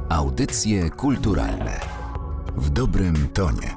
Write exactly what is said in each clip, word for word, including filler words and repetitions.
Audycje kulturalne w dobrym tonie.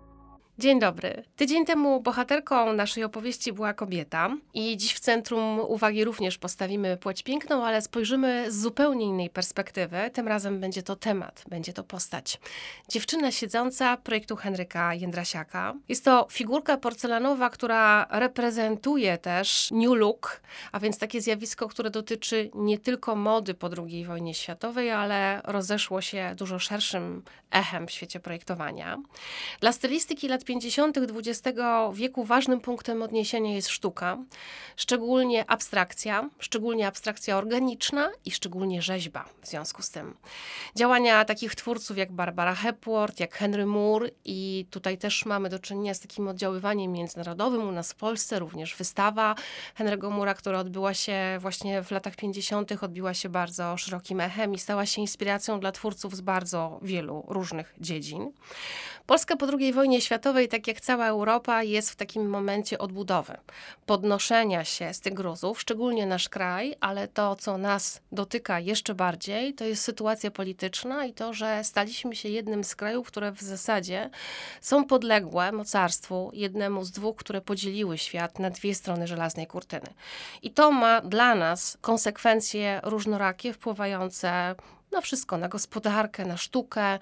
Dzień dobry. Tydzień temu bohaterką naszej opowieści była kobieta i dziś w centrum uwagi również postawimy płeć piękną, ale spojrzymy z zupełnie innej perspektywy. Tym razem będzie to temat, będzie to postać. Dziewczyna siedząca projektu Henryka Jędrasiaka. Jest to figurka porcelanowa, która reprezentuje też new look, a więc takie zjawisko, które dotyczy nie tylko mody po drugiej wojnie światowej, ale rozeszło się dużo szerszym echem w świecie projektowania. Dla stylistyki lat pięćdziesiątych dwudziestego wieku ważnym punktem odniesienia jest sztuka, szczególnie abstrakcja, szczególnie abstrakcja organiczna i szczególnie rzeźba w związku z tym. Działania takich twórców jak Barbara Hepworth, jak Henry Moore i tutaj też mamy do czynienia z takim oddziaływaniem międzynarodowym u nas w Polsce, również wystawa Henry'ego Moore'a, która odbyła się właśnie w latach pięćdziesiątych, odbiła się bardzo szerokim echem i stała się inspiracją dla twórców z bardzo wielu różnych dziedzin. Polska po drugiej wojnie światowej, tak jak cała Europa, jest w takim momencie odbudowy, podnoszenia się z tych gruzów, szczególnie nasz kraj, ale to, co nas dotyka jeszcze bardziej, to jest sytuacja polityczna i to, że staliśmy się jednym z krajów, które w zasadzie są podległe mocarstwu, jednemu z dwóch, które podzieliły świat na dwie strony żelaznej kurtyny. I to ma dla nas konsekwencje różnorakie, wpływające na wszystko, na gospodarkę, na sztukę,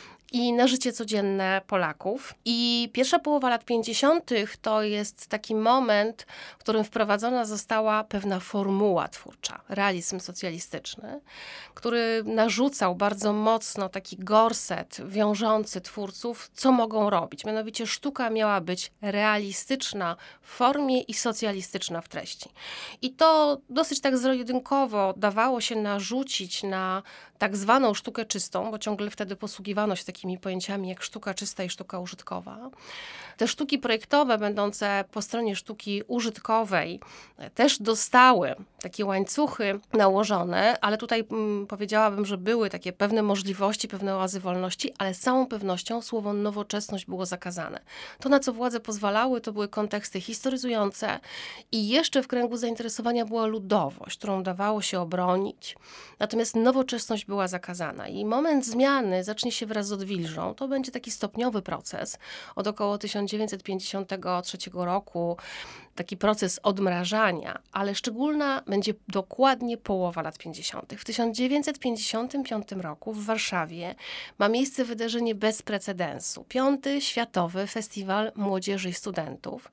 i na życie codzienne Polaków. I pierwsza połowa lat pięćdziesiątych to jest taki moment, w którym wprowadzona została pewna formuła twórcza, realizm socjalistyczny, który narzucał bardzo mocno taki gorset wiążący twórców, co mogą robić. Mianowicie sztuka miała być realistyczna w formie i socjalistyczna w treści. I to dosyć tak zero-jedynkowo dawało się narzucić na tak zwaną sztukę czystą, bo ciągle wtedy posługiwano się takimi pojęciami jak sztuka czysta i sztuka użytkowa. Te sztuki projektowe, będące po stronie sztuki użytkowej, też dostały takie łańcuchy nałożone, ale tutaj mm, powiedziałabym, że były takie pewne możliwości, pewne oazy wolności, ale z całą pewnością słowo nowoczesność było zakazane. To, na co władze pozwalały, to były konteksty historyzujące i jeszcze w kręgu zainteresowania była ludowość, którą dawało się obronić. Natomiast nowoczesność była zakazana i moment zmiany zacznie się wraz z odwilżą. To będzie taki stopniowy proces od około tysiąc dziewięćset pięćdziesiątego trzeciego roku, taki proces odmrażania, ale szczególna będzie dokładnie połowa lat pięćdziesiątych. W tysiąc dziewięćset pięćdziesiątym piątym roku w Warszawie ma miejsce wydarzenie bez precedensu. Piąty Światowy Festiwal Młodzieży i Studentów.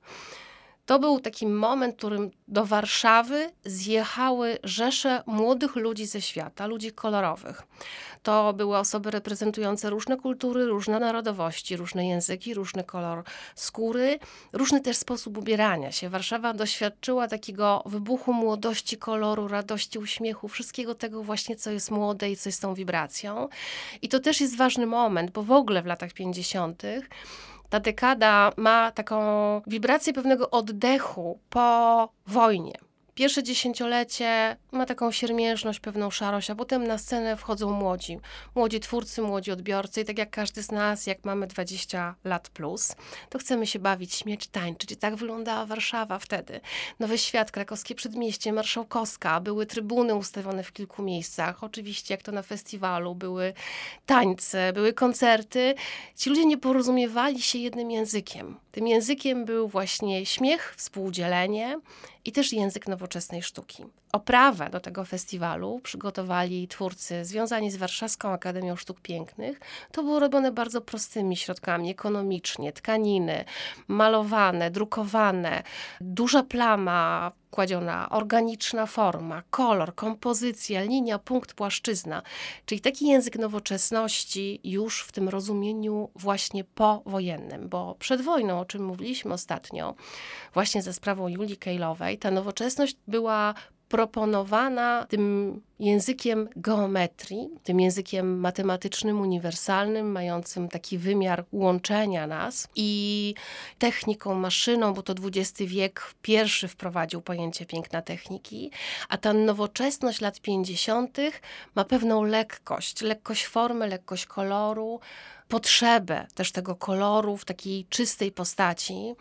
To był taki moment, w którym do Warszawy zjechały rzesze młodych ludzi ze świata, ludzi kolorowych. To były osoby reprezentujące różne kultury, różne narodowości, różne języki, różny kolor skóry, różny też sposób ubierania się. Warszawa doświadczyła takiego wybuchu młodości, koloru, radości, uśmiechu, wszystkiego tego właśnie, co jest młode i co jest tą wibracją. I to też jest ważny moment, bo w ogóle w latach pięćdziesiątych ta dekada ma taką wibrację pewnego oddechu po wojnie. Pierwsze dziesięciolecie ma taką siermiężność, pewną szarość, a potem na scenę wchodzą młodzi. Młodzi twórcy, młodzi odbiorcy i tak jak każdy z nas, jak mamy dwadzieścia lat plus, to chcemy się bawić, śmiać, tańczyć. I tak wyglądała Warszawa wtedy. Nowy Świat, Krakowskie Przedmieście, Marszałkowska, były trybuny ustawione w kilku miejscach. Oczywiście, jak to na festiwalu, były tańce, były koncerty. Ci ludzie nie porozumiewali się jednym językiem. Tym językiem był właśnie śmiech, współdzielenie i też język nowoczesnej sztuki. Oprawę do tego festiwalu przygotowali twórcy związani z Warszawską Akademią Sztuk Pięknych. To było robione bardzo prostymi środkami, ekonomicznie, tkaniny, malowane, drukowane, duża plama kładziona, organiczna forma, kolor, kompozycja, linia, punkt, płaszczyzna. Czyli taki język nowoczesności już w tym rozumieniu właśnie powojennym, bo przed wojną, o czym mówiliśmy ostatnio, właśnie za sprawą Julii Kejlowej, ta nowoczesność była proponowana tym językiem geometrii, tym językiem matematycznym, uniwersalnym, mającym taki wymiar łączenia nas i techniką, maszyną, bo to dwudziesty wiek pierwszy wprowadził pojęcie piękna techniki, a ta nowoczesność lat pięćdziesiątych ma pewną lekkość, lekkość formy, lekkość koloru, potrzebę też tego koloru w takiej czystej postaci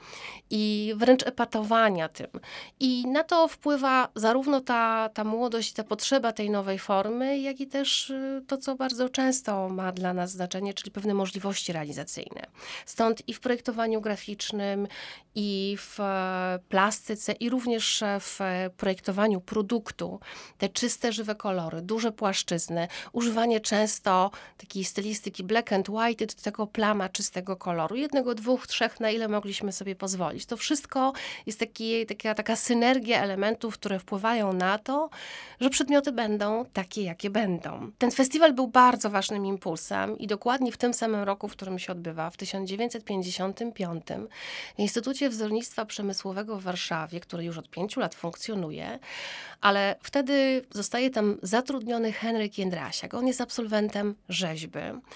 i wręcz epatowania tym. I na to wpływa zarówno ta, ta młodość, ta potrzeba tej tej nowej formy, jak i też to, co bardzo często ma dla nas znaczenie, czyli pewne możliwości realizacyjne. Stąd i w projektowaniu graficznym, i w plastyce, i również w projektowaniu produktu, te czyste, żywe kolory, duże płaszczyzny, używanie często takiej stylistyki black and white, do tego plama czystego koloru, jednego, dwóch, trzech, na ile mogliśmy sobie pozwolić. To wszystko jest taki, taka, taka synergia elementów, które wpływają na to, że przedmioty będą takie, jakie będą. Ten festiwal był bardzo ważnym impulsem i dokładnie w tym samym roku, w którym się odbywa, w tysiąc dziewięćset pięćdziesiątym piątym w Instytucie Wzornictwa Przemysłowego w Warszawie, który już od pięciu lat funkcjonuje, ale wtedy zostaje tam zatrudniony Henryk Jędrasiak. On jest absolwentem rzeźby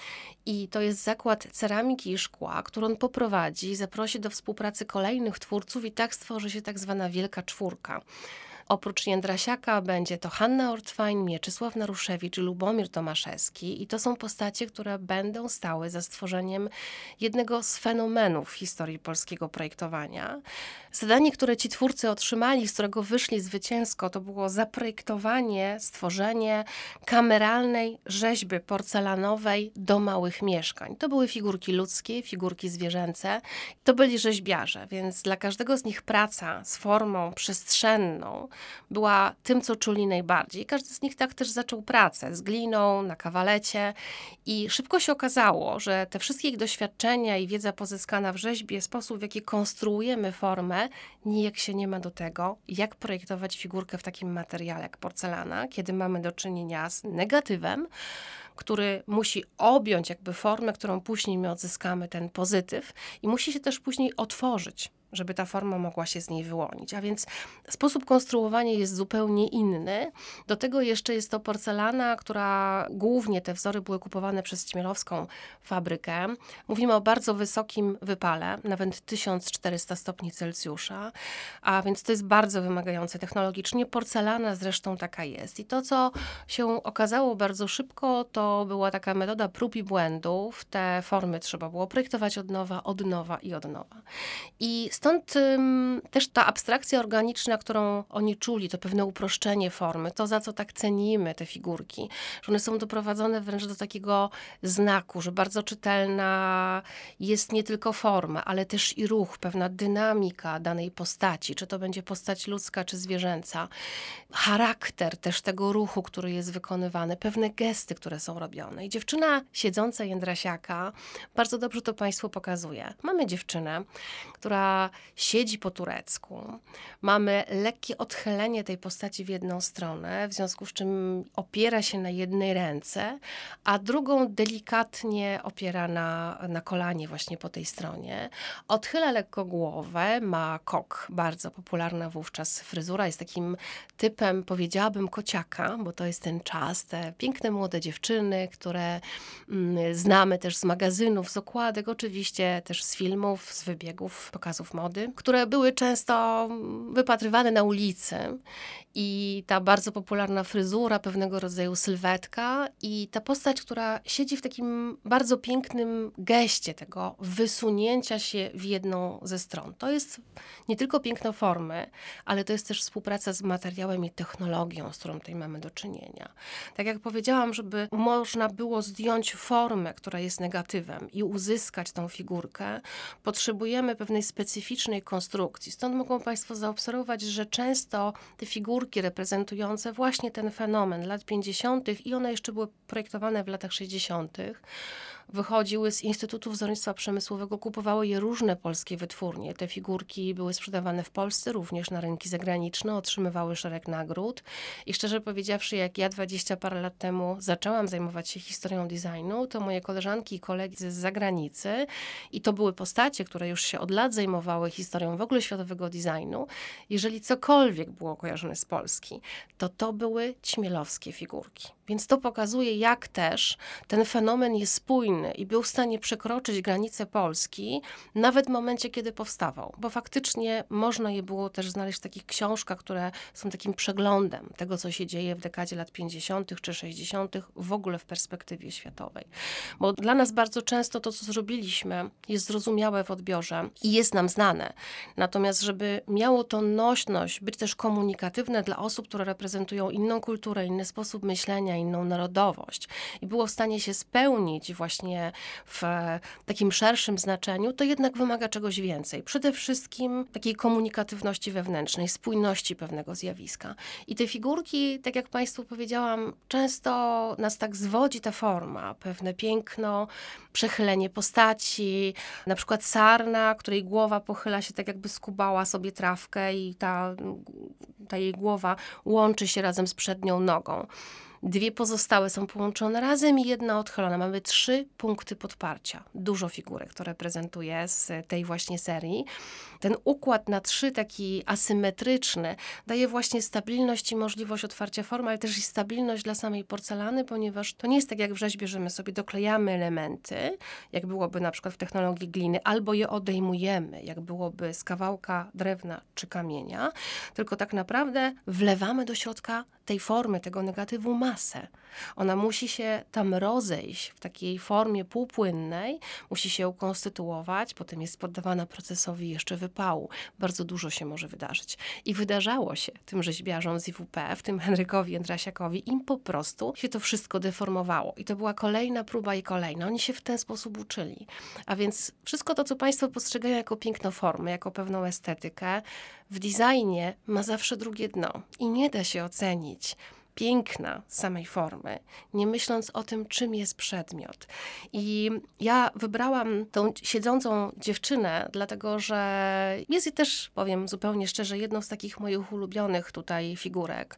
i to jest zakład ceramiki i szkła, który on poprowadzi, zaprosi do współpracy kolejnych twórców i tak stworzy się tak zwana Wielka Czwórka. Oprócz Jędrasiaka będzie to Hanna Ortwein, Mieczysław Naruszewicz i Lubomir Tomaszewski i to są postacie, które będą stały za stworzeniem jednego z fenomenów w historii polskiego projektowania. Zadanie, które ci twórcy otrzymali, z którego wyszli zwycięsko, to było zaprojektowanie, stworzenie kameralnej rzeźby porcelanowej do małych mieszkań. To były figurki ludzkie, figurki zwierzęce. To byli rzeźbiarze, więc dla każdego z nich praca z formą przestrzenną była tym, co czuli najbardziej. Każdy z nich tak też zaczął pracę z gliną, na kawalecie i szybko się okazało, że te wszystkie ich doświadczenia i wiedza pozyskana w rzeźbie, sposób, w jaki konstruujemy formę, nijak się nie ma do tego, jak projektować figurkę w takim materiale jak porcelana, kiedy mamy do czynienia z negatywem, który musi objąć jakby formę, którą później my odzyskamy, ten pozytyw i musi się też później otworzyć, żeby ta forma mogła się z niej wyłonić. A więc sposób konstruowania jest zupełnie inny. Do tego jeszcze jest to porcelana, która głównie te wzory były kupowane przez Ćmielowską fabrykę. Mówimy o bardzo wysokim wypale, nawet tysiąc czterysta stopni Celsjusza, a więc to jest bardzo wymagające technologicznie. Porcelana zresztą taka jest. I to, co się okazało bardzo szybko, to była taka metoda prób i błędów. Te formy trzeba było projektować od nowa, od nowa i od nowa. I Stąd ym, też ta abstrakcja organiczna, którą oni czuli, to pewne uproszczenie formy, to za co tak cenimy te figurki, że one są doprowadzone wręcz do takiego znaku, że bardzo czytelna jest nie tylko forma, ale też i ruch, pewna dynamika danej postaci, czy to będzie postać ludzka, czy zwierzęca, charakter też tego ruchu, który jest wykonywany, pewne gesty, które są robione. I dziewczyna siedząca Jędrasiaka bardzo dobrze to Państwu pokazuje. Mamy dziewczynę, która siedzi po turecku. Mamy lekkie odchylenie tej postaci w jedną stronę, w związku z czym opiera się na jednej ręce, a drugą delikatnie opiera na, na kolanie właśnie po tej stronie. Odchyla lekko głowę, ma kok, bardzo popularna wówczas fryzura, jest takim typem, powiedziałabym, kociaka, bo to jest ten czas, te piękne młode dziewczyny, które mm, znamy też z magazynów, z okładek, oczywiście też z filmów, z wybiegów, pokazów mody, które były często wypatrywane na ulicy i ta bardzo popularna fryzura, pewnego rodzaju sylwetka i ta postać, która siedzi w takim bardzo pięknym geście tego wysunięcia się w jedną ze stron. To jest nie tylko piękno formy, ale to jest też współpraca z materiałem i technologią, z którą tutaj mamy do czynienia. Tak jak powiedziałam, żeby można było zdjąć formę, która jest negatywem i uzyskać tą figurkę, potrzebujemy pewnej specyficznej konstrukcji. Stąd mogą Państwo zaobserwować, że często te figurki reprezentujące właśnie ten fenomen lat pięćdziesiątych i one jeszcze były projektowane w latach sześćdziesiątych, wychodziły z Instytutu Wzornictwa Przemysłowego, kupowały je różne polskie wytwórnie. Te figurki były sprzedawane w Polsce, również na rynki zagraniczne, otrzymywały szereg nagród. I szczerze powiedziawszy, jak ja dwadzieścia parę lat temu zaczęłam zajmować się historią designu, to moje koleżanki i kolegi z zagranicy, i to były postacie, które już się od lat zajmowały historią w ogóle światowego designu, jeżeli cokolwiek było kojarzone z Polski, to to były ćmielowskie figurki. Więc to pokazuje, jak też ten fenomen jest spójny i był w stanie przekroczyć granice Polski, nawet w momencie, kiedy powstawał. Bo faktycznie można je było też znaleźć w takich książkach, które są takim przeglądem tego, co się dzieje w dekadzie lat pięćdziesiątych czy sześćdziesiątych w ogóle w perspektywie światowej. Bo dla nas bardzo często to, co zrobiliśmy, jest zrozumiałe w odbiorze i jest nam znane znane. Natomiast żeby miało to nośność, być też komunikatywne dla osób, które reprezentują inną kulturę, inny sposób myślenia, inną narodowość i było w stanie się spełnić właśnie w takim szerszym znaczeniu, to jednak wymaga czegoś więcej. Przede wszystkim takiej komunikatywności wewnętrznej, spójności pewnego zjawiska. I te figurki, tak jak Państwu powiedziałam, często nas tak zwodzi ta forma, pewne piękno, przechylenie postaci, na przykład sarna, której głowa pochyla się tak jakby skubała sobie trawkę i ta, ta jej głowa łączy się razem z przednią nogą. Dwie pozostałe są połączone razem i jedna odchylona. Mamy trzy punkty podparcia. Dużo figurek to reprezentuje z tej właśnie serii. Ten układ na trzy, taki asymetryczny, daje właśnie stabilność i możliwość otwarcia formy, ale też i stabilność dla samej porcelany, ponieważ to nie jest tak jak w rzeźbie, że my sobie doklejamy elementy, jak byłoby na przykład w technologii gliny, albo je odejmujemy, jak byłoby z kawałka drewna czy kamienia, tylko tak naprawdę wlewamy do środka tej formy, tego negatywu masę. Ona musi się tam rozejść w takiej formie półpłynnej, musi się ukonstytuować, potem jest poddawana procesowi jeszcze wypału. Bardzo dużo się może wydarzyć. I wydarzało się tym rzeźbiarzom z I W P, w tym Henrykowi Jędrasiakowi, im po prostu się to wszystko deformowało. I to była kolejna próba i kolejna. Oni się w ten sposób uczyli. A więc wszystko to, co Państwo postrzegają jako piękno formy, jako pewną estetykę, w designie ma zawsze drugie dno. I nie da się ocenić piękna samej formy, nie myśląc o tym, czym jest przedmiot. I ja wybrałam tą siedzącą dziewczynę, dlatego że jest też, powiem zupełnie szczerze, jedną z takich moich ulubionych tutaj figurek.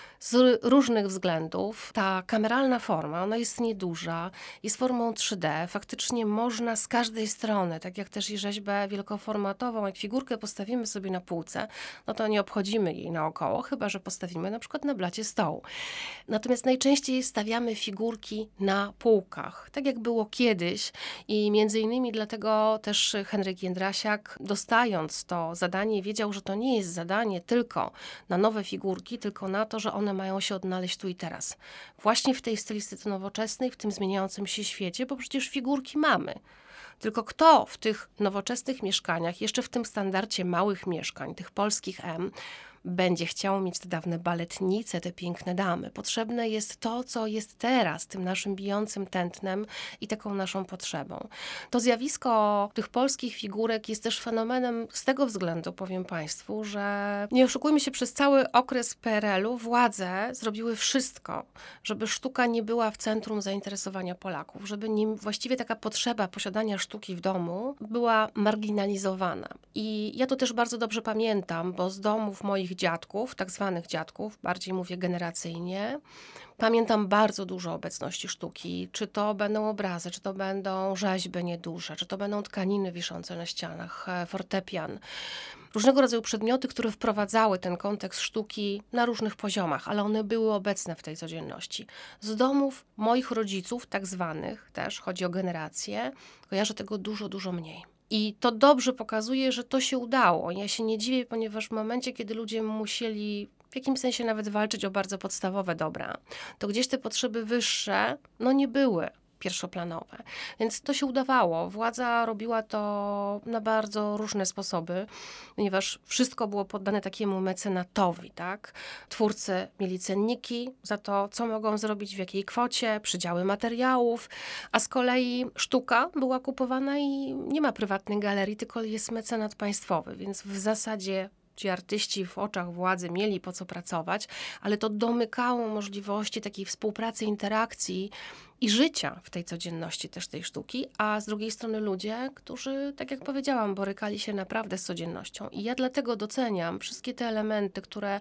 Z różnych względów. Ta kameralna forma, ona jest nieduża, jest formą trzy D. Faktycznie można z każdej strony, tak jak też i rzeźbę wielkoformatową, jak figurkę postawimy sobie na półce, no to nie obchodzimy jej naokoło, chyba że postawimy na przykład na blacie stołu. Natomiast najczęściej stawiamy figurki na półkach, tak jak było kiedyś i między innymi dlatego też Henryk Jędrasiak, dostając to zadanie, wiedział, że to nie jest zadanie tylko na nowe figurki, tylko na to, że one mają się odnaleźć tu i teraz. Właśnie w tej stylistyce nowoczesnej, w tym zmieniającym się świecie, bo przecież figurki mamy. Tylko kto w tych nowoczesnych mieszkaniach, jeszcze w tym standardzie małych mieszkań, tych polskich M, będzie chciał mieć te dawne baletnice, te piękne damy. Potrzebne jest to, co jest teraz, tym naszym bijącym tętnem i taką naszą potrzebą. To zjawisko tych polskich figurek jest też fenomenem z tego względu, powiem Państwu, że nie oszukujmy się, przez cały okres P R L u władze zrobiły wszystko, żeby sztuka nie była w centrum zainteresowania Polaków, żeby nim właściwie taka potrzeba posiadania sztuki w domu była marginalizowana. I ja to też bardzo dobrze pamiętam, bo z domów moich dziadków, tak zwanych dziadków, bardziej mówię generacyjnie, pamiętam bardzo dużo obecności sztuki. Czy to będą obrazy, czy to będą rzeźby nieduże, czy to będą tkaniny wiszące na ścianach, fortepian. Różnego rodzaju przedmioty, które wprowadzały ten kontekst sztuki na różnych poziomach, ale one były obecne w tej codzienności. Z domów moich rodziców, tak zwanych też, chodzi o generację, kojarzę tego dużo, dużo mniej. I to dobrze pokazuje, że to się udało. Ja się nie dziwię, ponieważ w momencie, kiedy ludzie musieli w jakimś sensie nawet walczyć o bardzo podstawowe dobra, to gdzieś te potrzeby wyższe, no nie były pierwszoplanowe. Więc to się udawało. Władza robiła to na bardzo różne sposoby, ponieważ wszystko było poddane takiemu mecenatowi, tak? Twórcy mieli cenniki za to, co mogą zrobić, w jakiej kwocie, przydziały materiałów, a z kolei sztuka była kupowana i nie ma prywatnej galerii, tylko jest mecenat państwowy, więc w zasadzie ci artyści w oczach władzy mieli po co pracować, ale to domykało możliwości takiej współpracy, interakcji i życia w tej codzienności też tej sztuki, a z drugiej strony ludzie, którzy, tak jak powiedziałam, borykali się naprawdę z codziennością. I ja dlatego doceniam wszystkie te elementy, które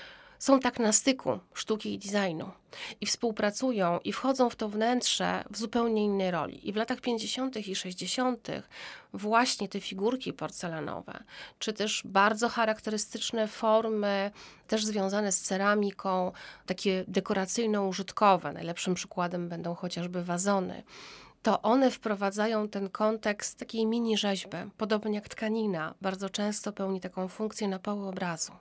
są tak na styku sztuki i designu i współpracują i wchodzą w to wnętrze w zupełnie innej roli. I w latach pięćdziesiątych i sześćdziesiątych właśnie te figurki porcelanowe, czy też bardzo charakterystyczne formy, też związane z ceramiką, takie dekoracyjno-użytkowe, najlepszym przykładem będą chociażby wazony, to one wprowadzają ten kontekst takiej mini rzeźby, podobnie jak tkanina, bardzo często pełni taką funkcję napału obrazu.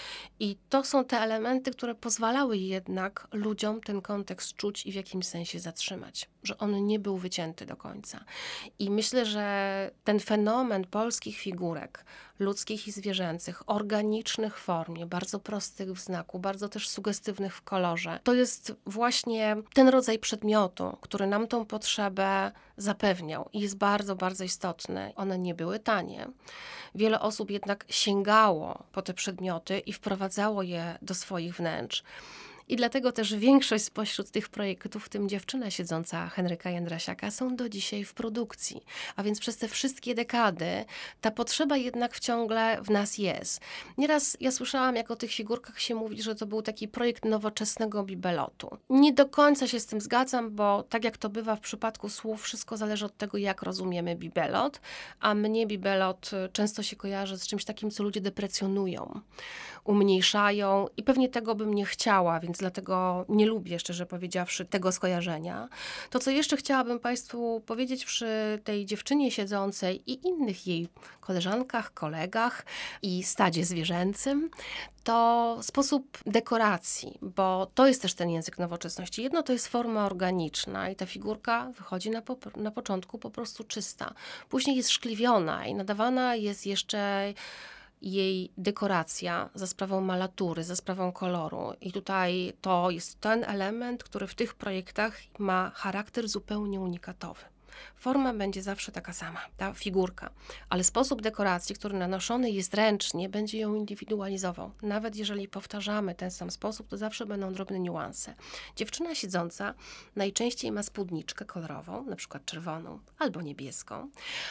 I to są te elementy, które pozwalały jednak ludziom ten kontekst czuć i w jakimś sensie zatrzymać. że on nie był wycięty do końca. I myślę, że ten fenomen polskich figurek, ludzkich i zwierzęcych, organicznych w formie, bardzo prostych w znaku, bardzo też sugestywnych w kolorze, to jest właśnie ten rodzaj przedmiotu, który nam tą potrzebę zapewniał i jest bardzo, bardzo istotny. One nie były tanie. Wiele osób jednak sięgało po te przedmioty i wprowadzało je do swoich wnętrz. I dlatego też większość spośród tych projektów, w tym Dziewczyna siedząca Henryka Jędrasiaka, są do dzisiaj w produkcji. A więc przez te wszystkie dekady ta potrzeba jednak wciągle w nas jest. Nieraz ja słyszałam, jak o tych figurkach się mówi, że to był taki projekt nowoczesnego bibelotu. Nie do końca się z tym zgadzam, bo tak jak to bywa w przypadku słów, wszystko zależy od tego, jak rozumiemy bibelot, a mnie bibelot często się kojarzy z czymś takim, co ludzie deprecjonują, umniejszają i pewnie tego bym nie chciała, więc dlatego nie lubię, szczerze powiedziawszy, tego skojarzenia. To, co jeszcze chciałabym Państwu powiedzieć przy tej dziewczynie siedzącej i innych jej koleżankach, kolegach i stadzie zwierzęcym, to sposób dekoracji, bo to jest też ten język nowoczesności. Jedno to jest forma organiczna i ta figurka wychodzi na, po, na początku po prostu czysta. Później jest szkliwiona i nadawana jest jeszcze jej dekoracja za sprawą malatury, za sprawą koloru. I tutaj to jest ten element, który w tych projektach ma charakter zupełnie unikatowy. Forma będzie zawsze taka sama, ta figurka, ale sposób dekoracji, który nanoszony jest ręcznie, będzie ją indywidualizował. Nawet jeżeli powtarzamy ten sam sposób, to zawsze będą drobne niuanse. Dziewczyna siedząca najczęściej ma spódniczkę kolorową, na przykład czerwoną albo niebieską,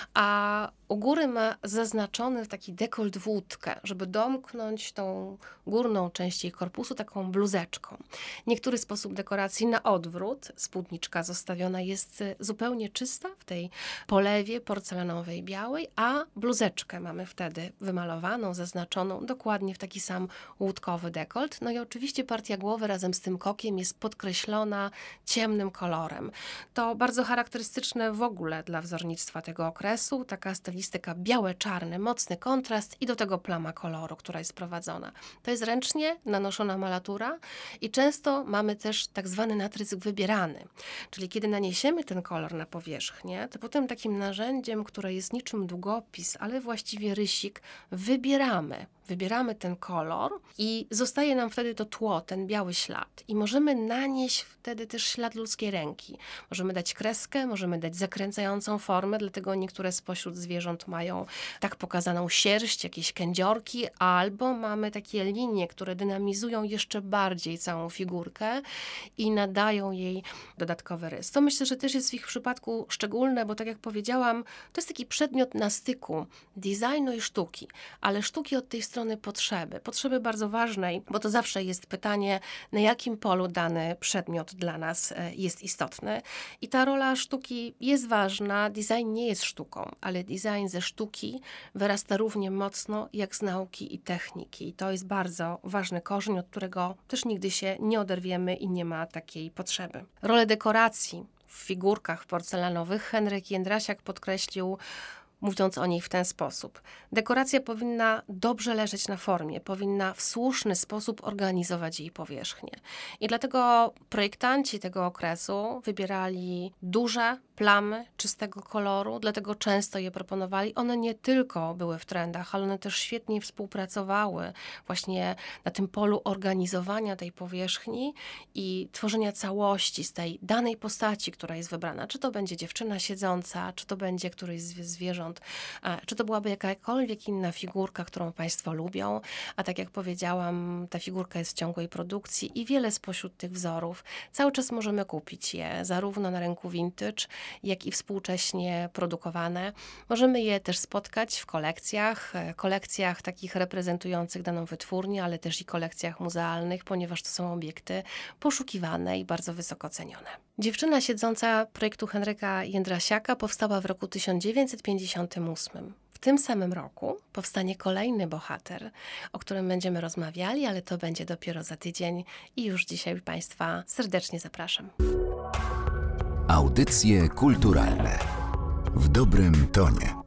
a u góry ma zaznaczony taki dekolt włódkę, żeby domknąć tą górną część jej korpusu taką bluzeczką. Niektóry sposób dekoracji na odwrót, spódniczka zostawiona jest zupełnie czysta, w tej polewie porcelanowej białej, a bluzeczkę mamy wtedy wymalowaną, zaznaczoną dokładnie w taki sam łódkowy dekolt. No i oczywiście partia głowy razem z tym kokiem jest podkreślona ciemnym kolorem. To bardzo charakterystyczne w ogóle dla wzornictwa tego okresu, taka stylistyka białe-czarny, mocny kontrast i do tego plama koloru, która jest prowadzona. To jest ręcznie nanoszona malatura i często mamy też tak zwany natrysk wybierany, czyli kiedy naniesiemy ten kolor na powierzchnię, to potem takim narzędziem, które jest niczym długopis, ale właściwie rysik, wybieramy. Wybieramy ten kolor i zostaje nam wtedy to tło, ten biały ślad. I możemy nanieść wtedy też ślad ludzkiej ręki. Możemy dać kreskę, możemy dać zakręcającą formę, dlatego niektóre spośród zwierząt mają tak pokazaną sierść, jakieś kędziorki, albo mamy takie linie, które dynamizują jeszcze bardziej całą figurkę i nadają jej dodatkowy rys. To myślę, że też jest w ich przypadku szczególne, bo tak jak powiedziałam, to jest taki przedmiot na styku designu i sztuki, ale sztuki od tej strony potrzeby. Potrzeby bardzo ważnej, bo to zawsze jest pytanie, na jakim polu dany przedmiot dla nas jest istotny. I ta rola sztuki jest ważna. Design nie jest sztuką, ale design ze sztuki wyrasta równie mocno jak z nauki i techniki. I to jest bardzo ważny korzeń, od którego też nigdy się nie oderwiemy i nie ma takiej potrzeby. Rolę dekoracji w figurkach porcelanowych Henryk Jędrasiak podkreślił, mówiąc o niej w ten sposób. Dekoracja powinna dobrze leżeć na formie, powinna w słuszny sposób organizować jej powierzchnię. I dlatego projektanci tego okresu wybierali duże plamy czystego koloru, dlatego często je proponowali. One nie tylko były w trendach, ale one też świetnie współpracowały właśnie na tym polu organizowania tej powierzchni i tworzenia całości z tej danej postaci, która jest wybrana. Czy to będzie dziewczyna siedząca, czy to będzie któryś z zwierząt, czy to byłaby jakakolwiek inna figurka, którą Państwo lubią. A tak jak powiedziałam, ta figurka jest w ciągłej produkcji i wiele spośród tych wzorów cały czas możemy kupić je, zarówno na rynku vintage, jak i współcześnie produkowane. Możemy je też spotkać w kolekcjach, kolekcjach takich reprezentujących daną wytwórnię, ale też i kolekcjach muzealnych, ponieważ to są obiekty poszukiwane i bardzo wysoko cenione. Dziewczyna siedząca projektu Henryka Jędrasiaka powstała w roku tysiąc dziewięćset pięćdziesiątym ósmym. W tym samym roku powstanie kolejny bohater, o którym będziemy rozmawiali, ale to będzie dopiero za tydzień i już dzisiaj Państwa serdecznie zapraszam. Audycje kulturalne w dobrym tonie.